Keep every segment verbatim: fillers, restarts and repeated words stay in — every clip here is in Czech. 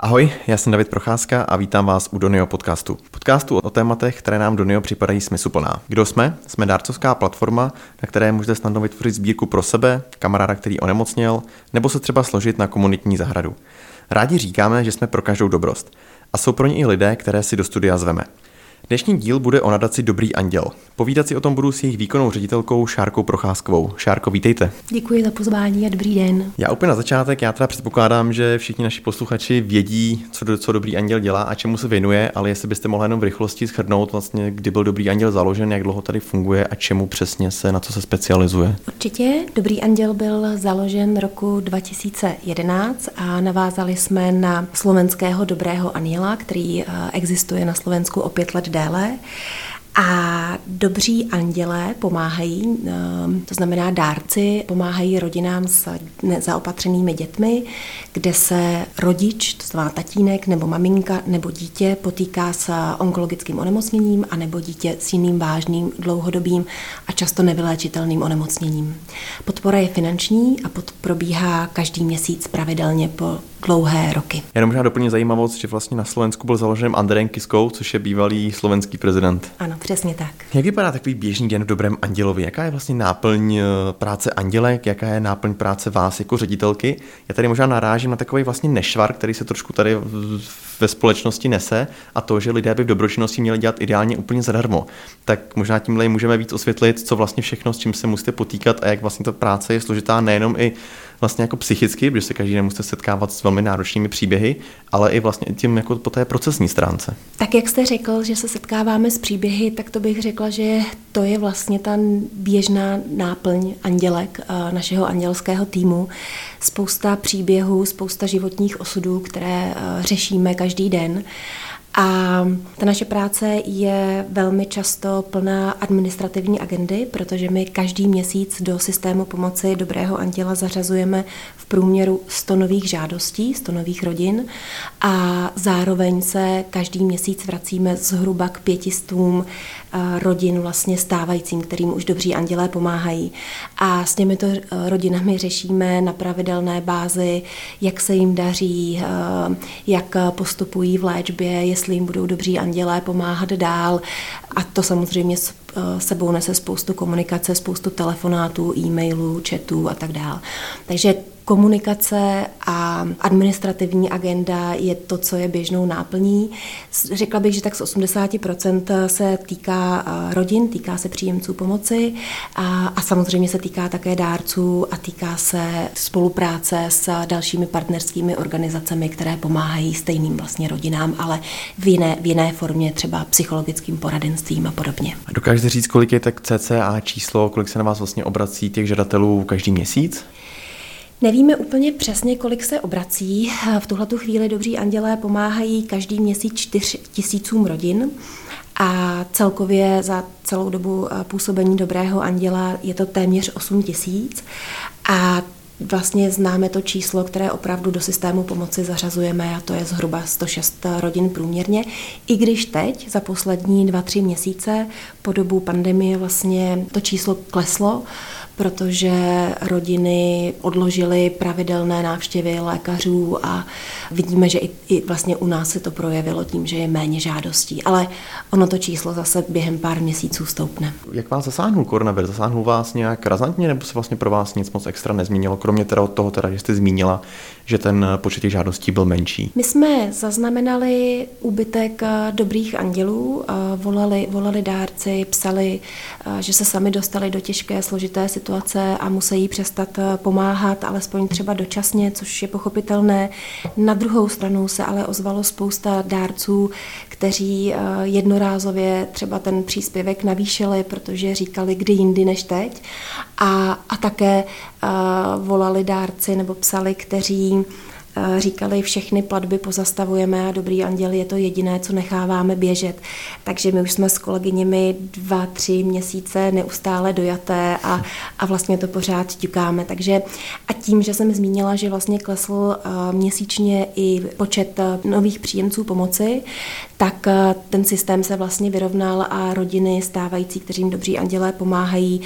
Ahoj, já jsem David Procházka a vítám vás u Donio podcastu. Podcastu o tématech, které nám Donio připadají smysluplná. Kdo jsme? Jsme dárcovská platforma, na které můžete snadno vytvořit sbírku pro sebe, kamaráda, který onemocněl, nebo se třeba složit na komunitní zahradu. Rádi říkáme, že jsme pro každou dobrost. A jsou pro ně i lidé, které si do studia zveme. Dnešní díl bude o nadaci Dobrý anděl. Povídat si o tom budu s jejich výkonnou ředitelkou Šárkou Procházkovou. Šárko, vítejte. Děkuji za pozvání a dobrý den. Já úplně na začátek, já teda předpokládám, že všichni naši posluchači vědí, co, co Dobrý anděl dělá a čemu se věnuje, ale jestli byste mohla jenom v rychlosti shrnout vlastně, kdy byl Dobrý anděl založen, jak dlouho tady funguje a čemu přesně se, na co se specializuje. Určitě. Dobrý anděl byl založen roku dva tisíce jedenáct a navázali jsme na slovenského Dobrého anděla, který existuje na Slovensku o pět let déle. A dobří andělé pomáhají, to znamená dárci, pomáhají rodinám s nezaopatřenými dětmi, kde se rodič, to znamená tatínek nebo maminka nebo dítě potýká s onkologickým onemocněním a nebo dítě s jiným vážným, dlouhodobým a často nevyléčitelným onemocněním. Podpora je finanční a pod probíhá každý měsíc pravidelně po dlouhé roky. Jenom možná doplně zajímavost, že vlastně na Slovensku byl založen Andrejem Kiskou, což je bývalý slovenský prezident. Ano, přesně tak. Jak vypadá takový běžný den v Dobrém andělovi? Jaká je vlastně náplň práce andělek, jaká je náplň práce vás jako ředitelky? Já tady možná narážím na takový vlastně nešvar, který se trošku tady ve společnosti nese, a to, že lidé by v dobročinnosti měli dělat ideálně úplně zadarmo. Tak možná tímhle můžeme víc osvětlit, co vlastně všechno, s čím se musíte potýkat a jak vlastně ta práce je složitá nejenom i vlastně jako psychicky, protože se každý den musíte setkávat s velmi náročnými příběhy, ale i vlastně tím jako po té procesní stránce. Tak jak jste řekl, že se setkáváme s příběhy, tak to bych řekla, že to je vlastně ta běžná náplň andělek našeho andělského týmu. Spousta příběhů, spousta životních osudů, které řešíme každý den. A ta naše práce je velmi často plná administrativní agendy, protože my každý měsíc do systému pomoci Dobrého anděla zařazujeme v průměru sto nových žádostí, sto nových rodin a zároveň se každý měsíc vracíme zhruba k pětistům rodin vlastně stávajícím, kterým už Dobří andělé pomáhají. A s těmito rodinami řešíme na pravidelné bázi, jak se jim daří, jak postupují v léčbě, jestli jim budou Dobří andělé pomáhat dál. A to samozřejmě sebou nese spoustu komunikace, spoustu telefonátů, e-mailů, chatů a tak dál. Takže komunikace a administrativní agenda je to, co je běžnou náplní. Řekla bych, že tak z osmdesát procent se týká rodin, týká se příjemců pomoci a, a samozřejmě se týká také dárců a týká se spolupráce s dalšími partnerskými organizacemi, které pomáhají stejným vlastně rodinám, ale v jiné, v jiné formě, třeba psychologickým poradenstvím a podobně. A dokážete říct, kolik je tak cca číslo, kolik se na vás vlastně obrací těch žadatelů každý měsíc? Nevíme úplně přesně, kolik se obrací. V tuhletu chvíli Dobří andělé pomáhají každý měsíc čtyř tisícům rodin a celkově za celou dobu působení Dobrého anděla je to téměř osm tisíc a vlastně známe to číslo, které opravdu do systému pomoci zařazujeme a to je zhruba sto šest rodin průměrně. I když teď za poslední dva, tři měsíce po dobu pandemie vlastně to číslo kleslo, protože rodiny odložily pravidelné návštěvy lékařů a vidíme, že i, i vlastně u nás se to projevilo tím, že je méně žádostí. Ale ono to číslo zase během pár měsíců stoupne. Jak vás zasáhnul koronavir? Zasáhnul vás nějak razantně nebo se vlastně pro vás nic moc extra nezmínilo? Kromě teda od toho, teda, že jste zmínila, že ten počet těch žádostí byl menší. My jsme zaznamenali úbytek Dobrých andělů, volali, volali dárci, psali, že se sami dostali do těžké, složité situace a musí přestat pomáhat, alespoň třeba dočasně, což je pochopitelné. Na druhou stranu se ale ozvalo spousta dárců, kteří jednorázově třeba ten příspěvek navýšili, protože říkali, kdy jindy než teď. A, a také volali dárci nebo psali, kteří říkali, všechny platby pozastavujeme a Dobrý anděl je to jediné, co necháváme běžet. Takže my už jsme s kolegyněmi dva, tři měsíce neustále dojaté a, a vlastně to pořád ťukáme. Takže a tím, že jsem zmínila, že vlastně klesl měsíčně i počet nových příjemců pomoci, tak ten systém se vlastně vyrovnal a rodiny stávající, kterým Dobří andělé pomáhají,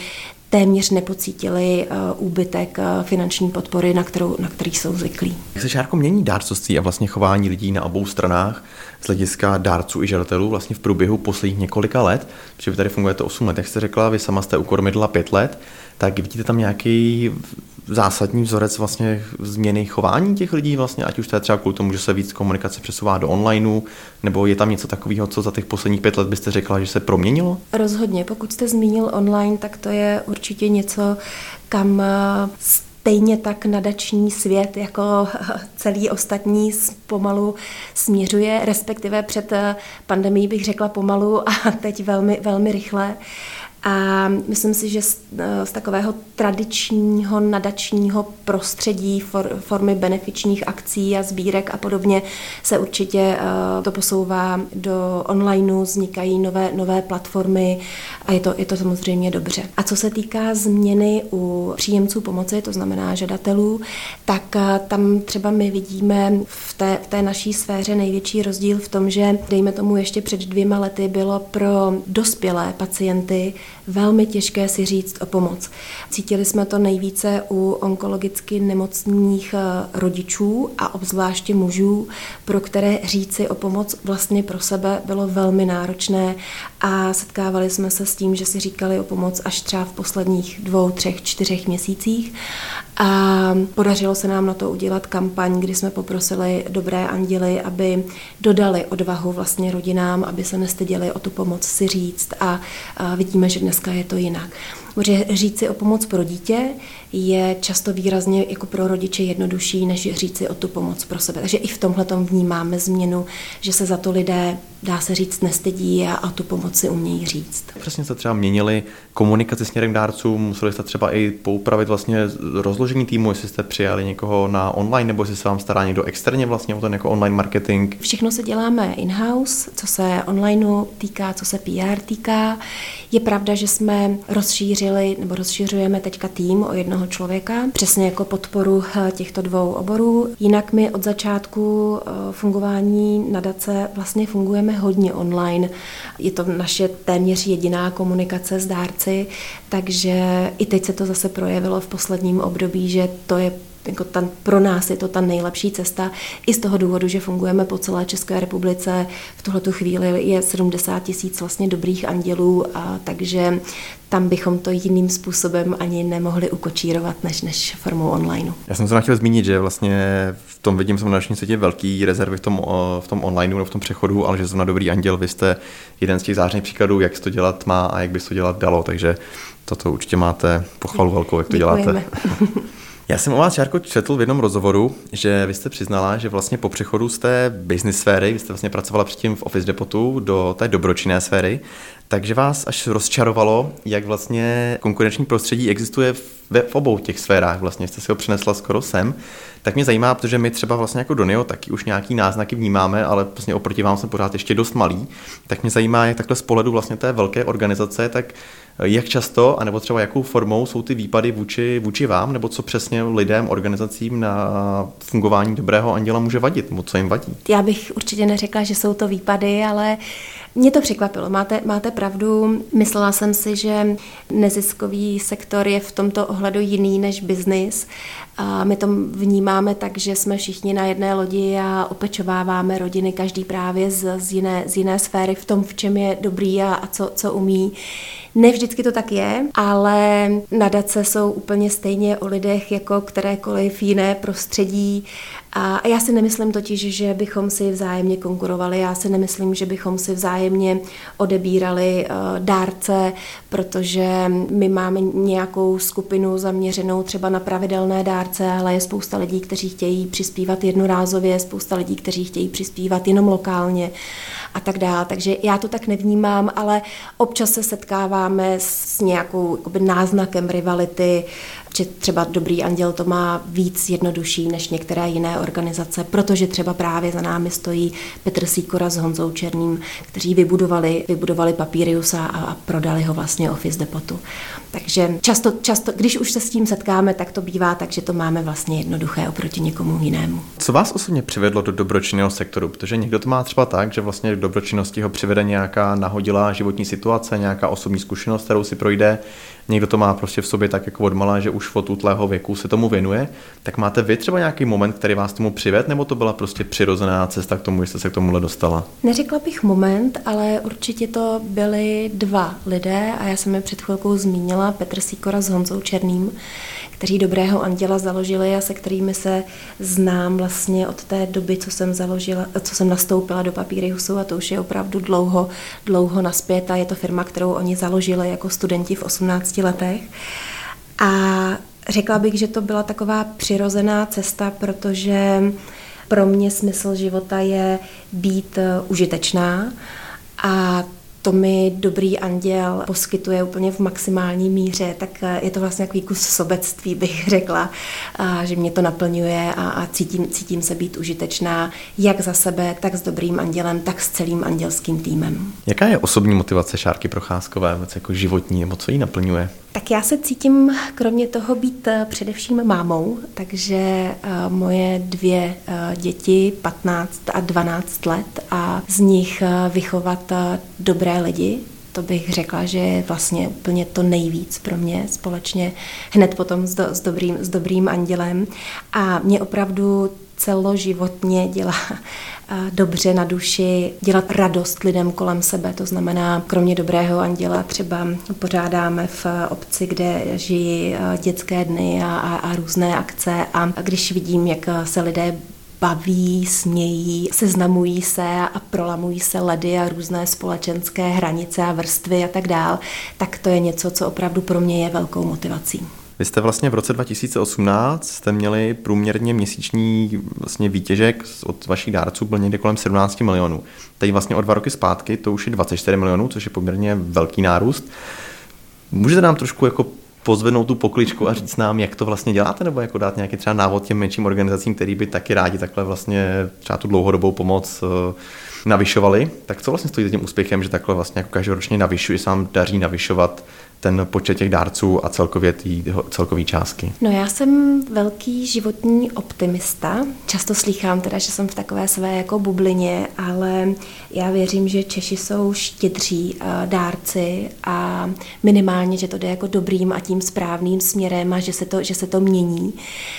téměř nepocítili úbytek finanční podpory, na kterou, na který jsou zvyklí. Jak se, Šárko, mění dárcovství a vlastně chování lidí na obou stranách z hlediska dárců i žadatelů vlastně v průběhu posledních několika let, protože vy tady fungujete osm let, jak jste řekla, vy sama jste u Kormidla pět let, tak vidíte tam nějaký zásadní vzorec vlastně změny chování těch lidí vlastně, ať už to je třeba kvůli tomu, že se víc komunikace přesouvá do onlineu, nebo je tam něco takového, co za těch posledních pět let byste řekla, že se proměnilo? Rozhodně, pokud jste zmínil online, tak to je určitě něco, kam stejně tak nadační svět jako celý ostatní pomalu směřuje, respektive před pandemií bych řekla pomalu a teď velmi, velmi rychle. A myslím si, že z, z takového tradičního nadačního prostředí, for, formy benefičních akcí a sbírek a podobně se určitě uh, to posouvá do onlineu, vznikají nové, nové platformy a je to, je to samozřejmě dobře. A co se týká změny u příjemců pomoci, to znamená žadatelů, tak uh, tam třeba my vidíme v té, v té naší sféře největší rozdíl v tom, že dejme tomu ještě před dvěma lety bylo pro dospělé pacienty velmi těžké si říct o pomoc. Cítili jsme to nejvíce u onkologicky nemocných rodičů a obzvláště mužů, pro které říci o pomoc vlastně pro sebe bylo velmi náročné a setkávali jsme se s tím, že si říkali o pomoc až třeba v posledních dvou, třech, čtyřech měsících. A podařilo se nám na to udělat kampaň, kdy jsme poprosili dobré anděly, aby dodali odvahu vlastně rodinám, aby se nestyděli o tu pomoc si říct a, a vidíme, že dneska je to jinak. Protože říct si o pomoc pro dítě je často výrazně jako pro rodiče jednodušší, než říct si o tu pomoc pro sebe. Takže i v tomhletom vnímáme změnu, že se za to lidé, dá se říct, nestydí a, a tu pomoc si umějí říct. Přesně jste třeba měnili komunikaci směrem k dárcům, museli jste třeba i poupravit vlastně rozložení týmu, jestli jste přijali někoho na online, nebo jestli se vám stará někdo externě vlastně o ten jako online marketing. Všechno se děláme in-house, co se onlineu týká, co se P R týká. Je pravda, že jsme rozšířili nebo rozšiřujeme teďka tým o jednoho člověka, přesně jako podporu těchto dvou oborů. Jinak my od začátku fungování nadace vlastně fungujeme hodně online. Je to naše téměř jediná komunikace s dárci, takže i teď se to zase projevilo v posledním období, že to je jako ta, pro nás je to ta nejlepší cesta i z toho důvodu, že fungujeme po celé České republice. V tuhletu chvíli je sedmdesát tisíc vlastně dobrých andělů, a takže tam bychom to jiným způsobem ani nemohli ukočírovat, než, než formou online. Já jsem se chtěl zmínit, že vlastně v tom vidím v dnešním světě velký rezervy v tom, v tom online nebo v tom přechodu, ale že zrovna dobrý anděl, vy jste jeden z těch zářných příkladů, jak se to dělat má a jak by se to dělat dalo, takže toto určitě máte pochvalu velkou, jak to Děkujeme. děláte. Já jsem o vás, Šárko, četl v jednom rozhovoru, že vy jste přiznala, že vlastně po přechodu z té business sféry, vy jste vlastně pracovala předtím v Office Depotu do té dobročinné sféry, takže vás až rozčarovalo, jak vlastně konkurenční prostředí existuje v, v obou těch sférách, vlastně jste si ho přinesla skoro sem. Tak mě zajímá, protože my třeba vlastně jako Donio taky už nějaký náznaky vnímáme, ale vlastně oproti vám jsme pořád ještě dost malí. Tak mě zajímá, jak takhle z pohledu vlastně té velké organizace, tak jak často, anebo třeba jakou formou jsou ty výpady vůči, vůči vám, nebo co přesně lidem, organizacím na fungování dobrého anděla může vadit, nebo co jim vadí? Já bych určitě neřekla, že jsou to výpady, ale mě to překvapilo. Máte, máte pravdu. Myslela jsem si, že neziskový sektor je v tomto ohledu jiný než biznis. A my to vnímáme tak, že jsme všichni na jedné lodi a opečováváme rodiny, každý právě z, z, jiné, z jiné sféry v tom, v čem je dobrý a, a co, co umí. Ne vždycky to tak je, ale nadace jsou úplně stejně o lidech jako kterékoliv jiné prostředí. A já si nemyslím totiž, že bychom si vzájemně konkurovali, já si nemyslím, že bychom si vzájemně odebírali dárce, protože my máme nějakou skupinu zaměřenou třeba na pravidelné dárce, ale je spousta lidí, kteří chtějí přispívat jednorázově, spousta lidí, kteří chtějí přispívat jenom lokálně a tak dále. Takže já to tak nevnímám, ale občas se setkáváme s nějakou jakoby náznakem rivality, že třeba Dobrý anděl to má víc jednodušší než některé jiné organizace, protože třeba právě za námi stojí Petr Sýkora s Honzou Černým, kteří vybudovali, vybudovali Papirius a, a prodali ho vlastně Office Depotu. Takže často, často, když už se s tím setkáme, tak to bývá tak, že to máme vlastně jednoduché oproti někomu jinému. Co vás osobně přivedlo do dobročinného sektoru? Protože někdo to má třeba tak, že vlastně k dobročinnosti ho přivede nějaká nahodilá životní situace, nějaká osobní zkušenost, kterou si projde. někdo to má prostě v sobě tak jako odmala, že už od útlého věku se tomu věnuje, tak máte vy třeba nějaký moment, který vás tomu přived, nebo to byla prostě přirozená cesta k tomu, že jste se k tomuhle dostala? Neřekla bych moment, ale určitě to byly dva lidé a já jsem je před chvilkou zmínila, Petr Sýkora s Honzou Černým, kteří Dobrého anděla založili a se kterými se znám vlastně od té doby, co jsem založila, co jsem nastoupila do Papíry Husou, a to už je opravdu dlouho, dlouho nazpět a je to firma, kterou oni založili jako studenti v osmnácti letech. A řekla bych, že to byla taková přirozená cesta, protože pro mě smysl života je být užitečná a to mi Dobrý anděl poskytuje úplně v maximální míře, tak je to vlastně takový kus sobectví, bych řekla, a že mě to naplňuje a, a cítím, cítím se být užitečná jak za sebe, tak s Dobrým andělem, tak s celým andělským týmem. Jaká je osobní motivace Šárky Procházkové, jako životní, nebo co jí naplňuje? Tak já se cítím kromě toho být především mámou, takže moje dvě děti, patnáct a dvanáct let, a z nich vychovat dobré lidi. To bych řekla, že je vlastně úplně to nejvíc pro mě společně hned potom s, do, s, dobrým, s Dobrým andělem. A mě opravdu celoživotně dělá dobře na duši, dělat radost lidem kolem sebe. To znamená, kromě Dobrého anděla třeba pořádáme v obci, kde žijí, dětské dny a, a, a různé akce. A když vidím, jak se lidé baví, smějí, seznamují se a prolamují se ledy a různé společenské hranice a vrstvy a tak dál, tak to je něco, co opravdu pro mě je velkou motivací. Vy jste vlastně v roce dva tisíce osmnáct jste měli průměrně měsíční vlastně výtěžek od vašich dárců byl někde kolem sedmnáct milionů. Teď vlastně o dva roky zpátky to už je dvacet čtyři milionů, což je poměrně velký nárůst. Můžete nám trošku jako pozvednout tu pokličku a říct nám, jak to vlastně děláte, nebo jako dát nějaký třeba návod těm menším organizacím, který by taky rádi takhle vlastně třeba tu dlouhodobou pomoc navyšovali. Tak co vlastně stojí za tím úspěchem, že takhle vlastně jako každoročně navyšuje, se vám daří navyšovat ten počet těch dárců a celkově tý, celkový částky? No já jsem velký životní optimista. Často slýchám teda, že jsem v takové své jako bublině, ale já věřím, že Češi jsou štědří dárci a minimálně, že to jde jako dobrým a tím správným směrem a že se to, že se to mění.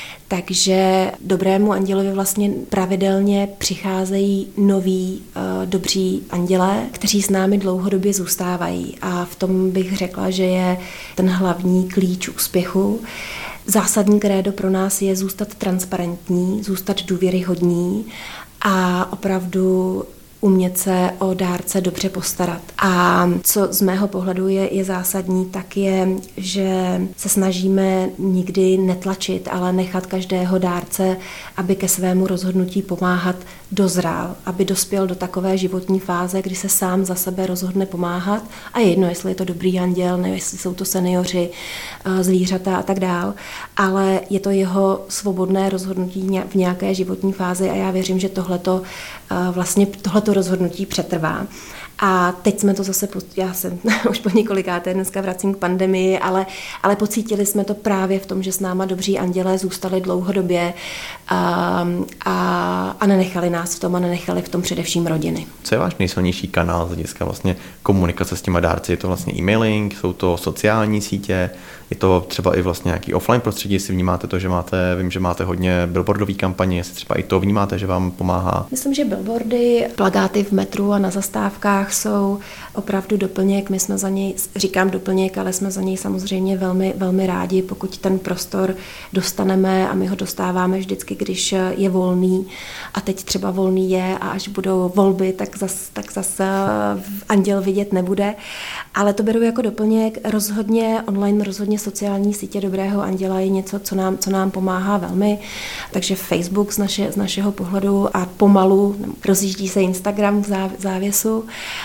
Takže Dobrému andělovi vlastně pravidelně přicházejí noví uh, dobří andělé, kteří s námi dlouhodobě zůstávají. A v tom bych řekla, že je ten hlavní klíč úspěchu. Zásadní krédo pro nás je zůstat transparentní, zůstat důvěryhodní a opravdu umět se o dárce dobře postarat. A co z mého pohledu je, je zásadní, tak je, že se snažíme nikdy netlačit, ale nechat každého dárce, aby ke svému rozhodnutí pomáhat dozrál, aby dospěl do takové životní fáze, kdy se sám za sebe rozhodne pomáhat. A je jedno, jestli je to Dobrý anděl, nebo jestli jsou to seniori, zvířata a tak dál, ale je to jeho svobodné rozhodnutí v nějaké životní fázi a já věřím, že tohleto vlastně tohleto rozhodnutí přetrvá. A teď jsme to zase, já jsem už po několikáté dneska vracím k pandemii, ale, ale pocítili jsme to právě v tom, že s náma dobří andělé zůstali dlouhodobě a, a, a nenechali nás v tom a nenechali v tom především rodiny. Co je váš nejsilnější kanál z hlediska vlastně komunikace s těma dárci? Je to vlastně e-mailing, jsou to sociální sítě, je to třeba i vlastně nějaký offline prostředí, jestli vnímáte to, že máte, vím, že máte hodně billboardový kampaně, jestli třeba i to vnímáte, že vám pomáhá? Myslím, že billboardy, plakáty v metru a na zastávkách jsou opravdu doplněk. My jsme za něj, říkám doplněk, ale jsme za něj samozřejmě velmi, velmi rádi, pokud ten prostor dostaneme a my ho dostáváme vždycky, když je volný. A teď třeba volný je a až budou volby, tak zas, tak zas anděl vidět nebude. Ale to beru jako doplněk. Rozhodně online, rozhodně sociální sítě Dobrého anděla je něco, co nám, co nám pomáhá velmi. Takže Facebook z, naše, z našeho pohledu a pomalu rozjíždí se Instagram v závěsu.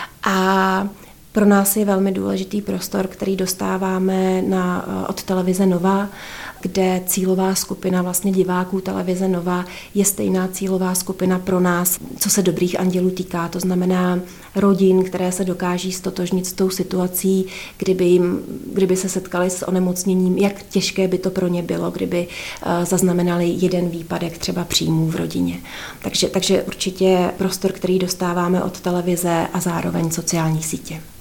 A pro nás je velmi důležitý prostor, který dostáváme na, od televize Nova, kde cílová skupina vlastně diváků televize Nova je stejná cílová skupina pro nás, co se Dobrých andělů týká. To znamená rodin, které se dokáží stotožnit s tou situací, kdyby, jim, kdyby se setkali s onemocněním, jak těžké by to pro ně bylo, kdyby uh, zaznamenali jeden výpadek třeba příjmů v rodině. Takže, takže určitě prostor, který dostáváme od televize a zároveň sociální sítě.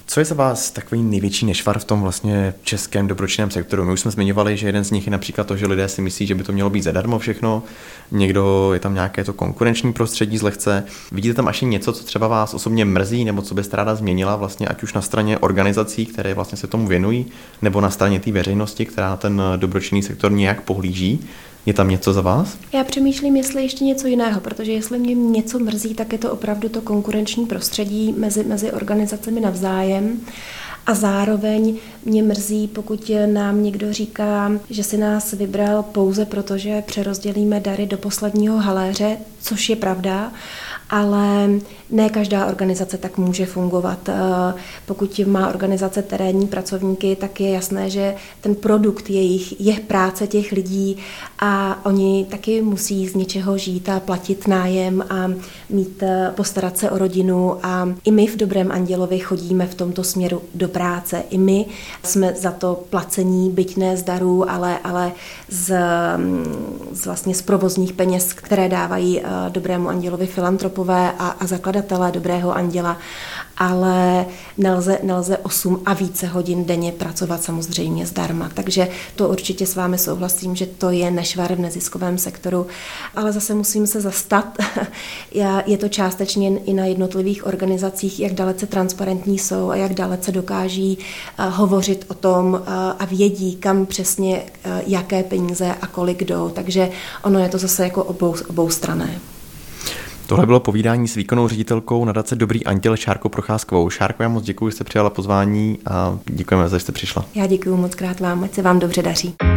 Co je za vás takový největší nešvar v tom vlastně českém dobročinném sektoru? My už jsme zmiňovali, že jeden z nich je například to, že lidé si myslí, že by to mělo být zadarmo všechno, někdo je tam nějaké to konkurenční prostředí zlehce. Vidíte tam až něco, co třeba vás osobně mrzí, nebo co byste ráda změnila vlastně ať už na straně organizací, které vlastně se tomu věnují, nebo na straně té veřejnosti, která na ten dobročinný sektor nějak pohlíží? Je tam něco za vás? Já přemýšlím, jestli ještě něco jiného, protože jestli mě něco mrzí, tak je to opravdu to konkurenční prostředí mezi, mezi organizacemi navzájem. A zároveň mě mrzí, pokud nám někdo říká, že si nás vybral pouze proto, že přerozdělíme dary do posledního haléře, což je pravda, ale ne každá organizace tak může fungovat. Pokud má organizace terénní pracovníky, tak je jasné, že ten produkt jejich je práce těch lidí a oni taky musí z něčeho žít a platit nájem a mít, postarat se o rodinu a i my v Dobrém andělovi chodíme v tomto směru do práce. I my jsme za to placení, byť ne z darů, ale, ale z, z, vlastně z provozních peněz, které dávají Dobrému andělovi filantropové a, a zakladatelé Dobrého anděla, ale nelze, nelze osm a více hodin denně pracovat samozřejmě zdarma. Takže to určitě s vámi souhlasím, že to je nešvar v neziskovém sektoru, ale zase musím se zastat. Je to částečně i na jednotlivých organizacích, jak dalece transparentní jsou a jak dalece dokáží hovořit o tom a vědí, kam přesně jaké peníze a kolik jdou. Takže ono je to zase jako obou, oboustranné. Tohle bylo povídání s výkonnou ředitelkou nadace Dobrý anděl Šárkou Procházkovou. Šárko, já moc děkuji, že jste přijala pozvání a děkujeme, že jste přišla. Já děkuji moc krát vám, ať se vám dobře daří.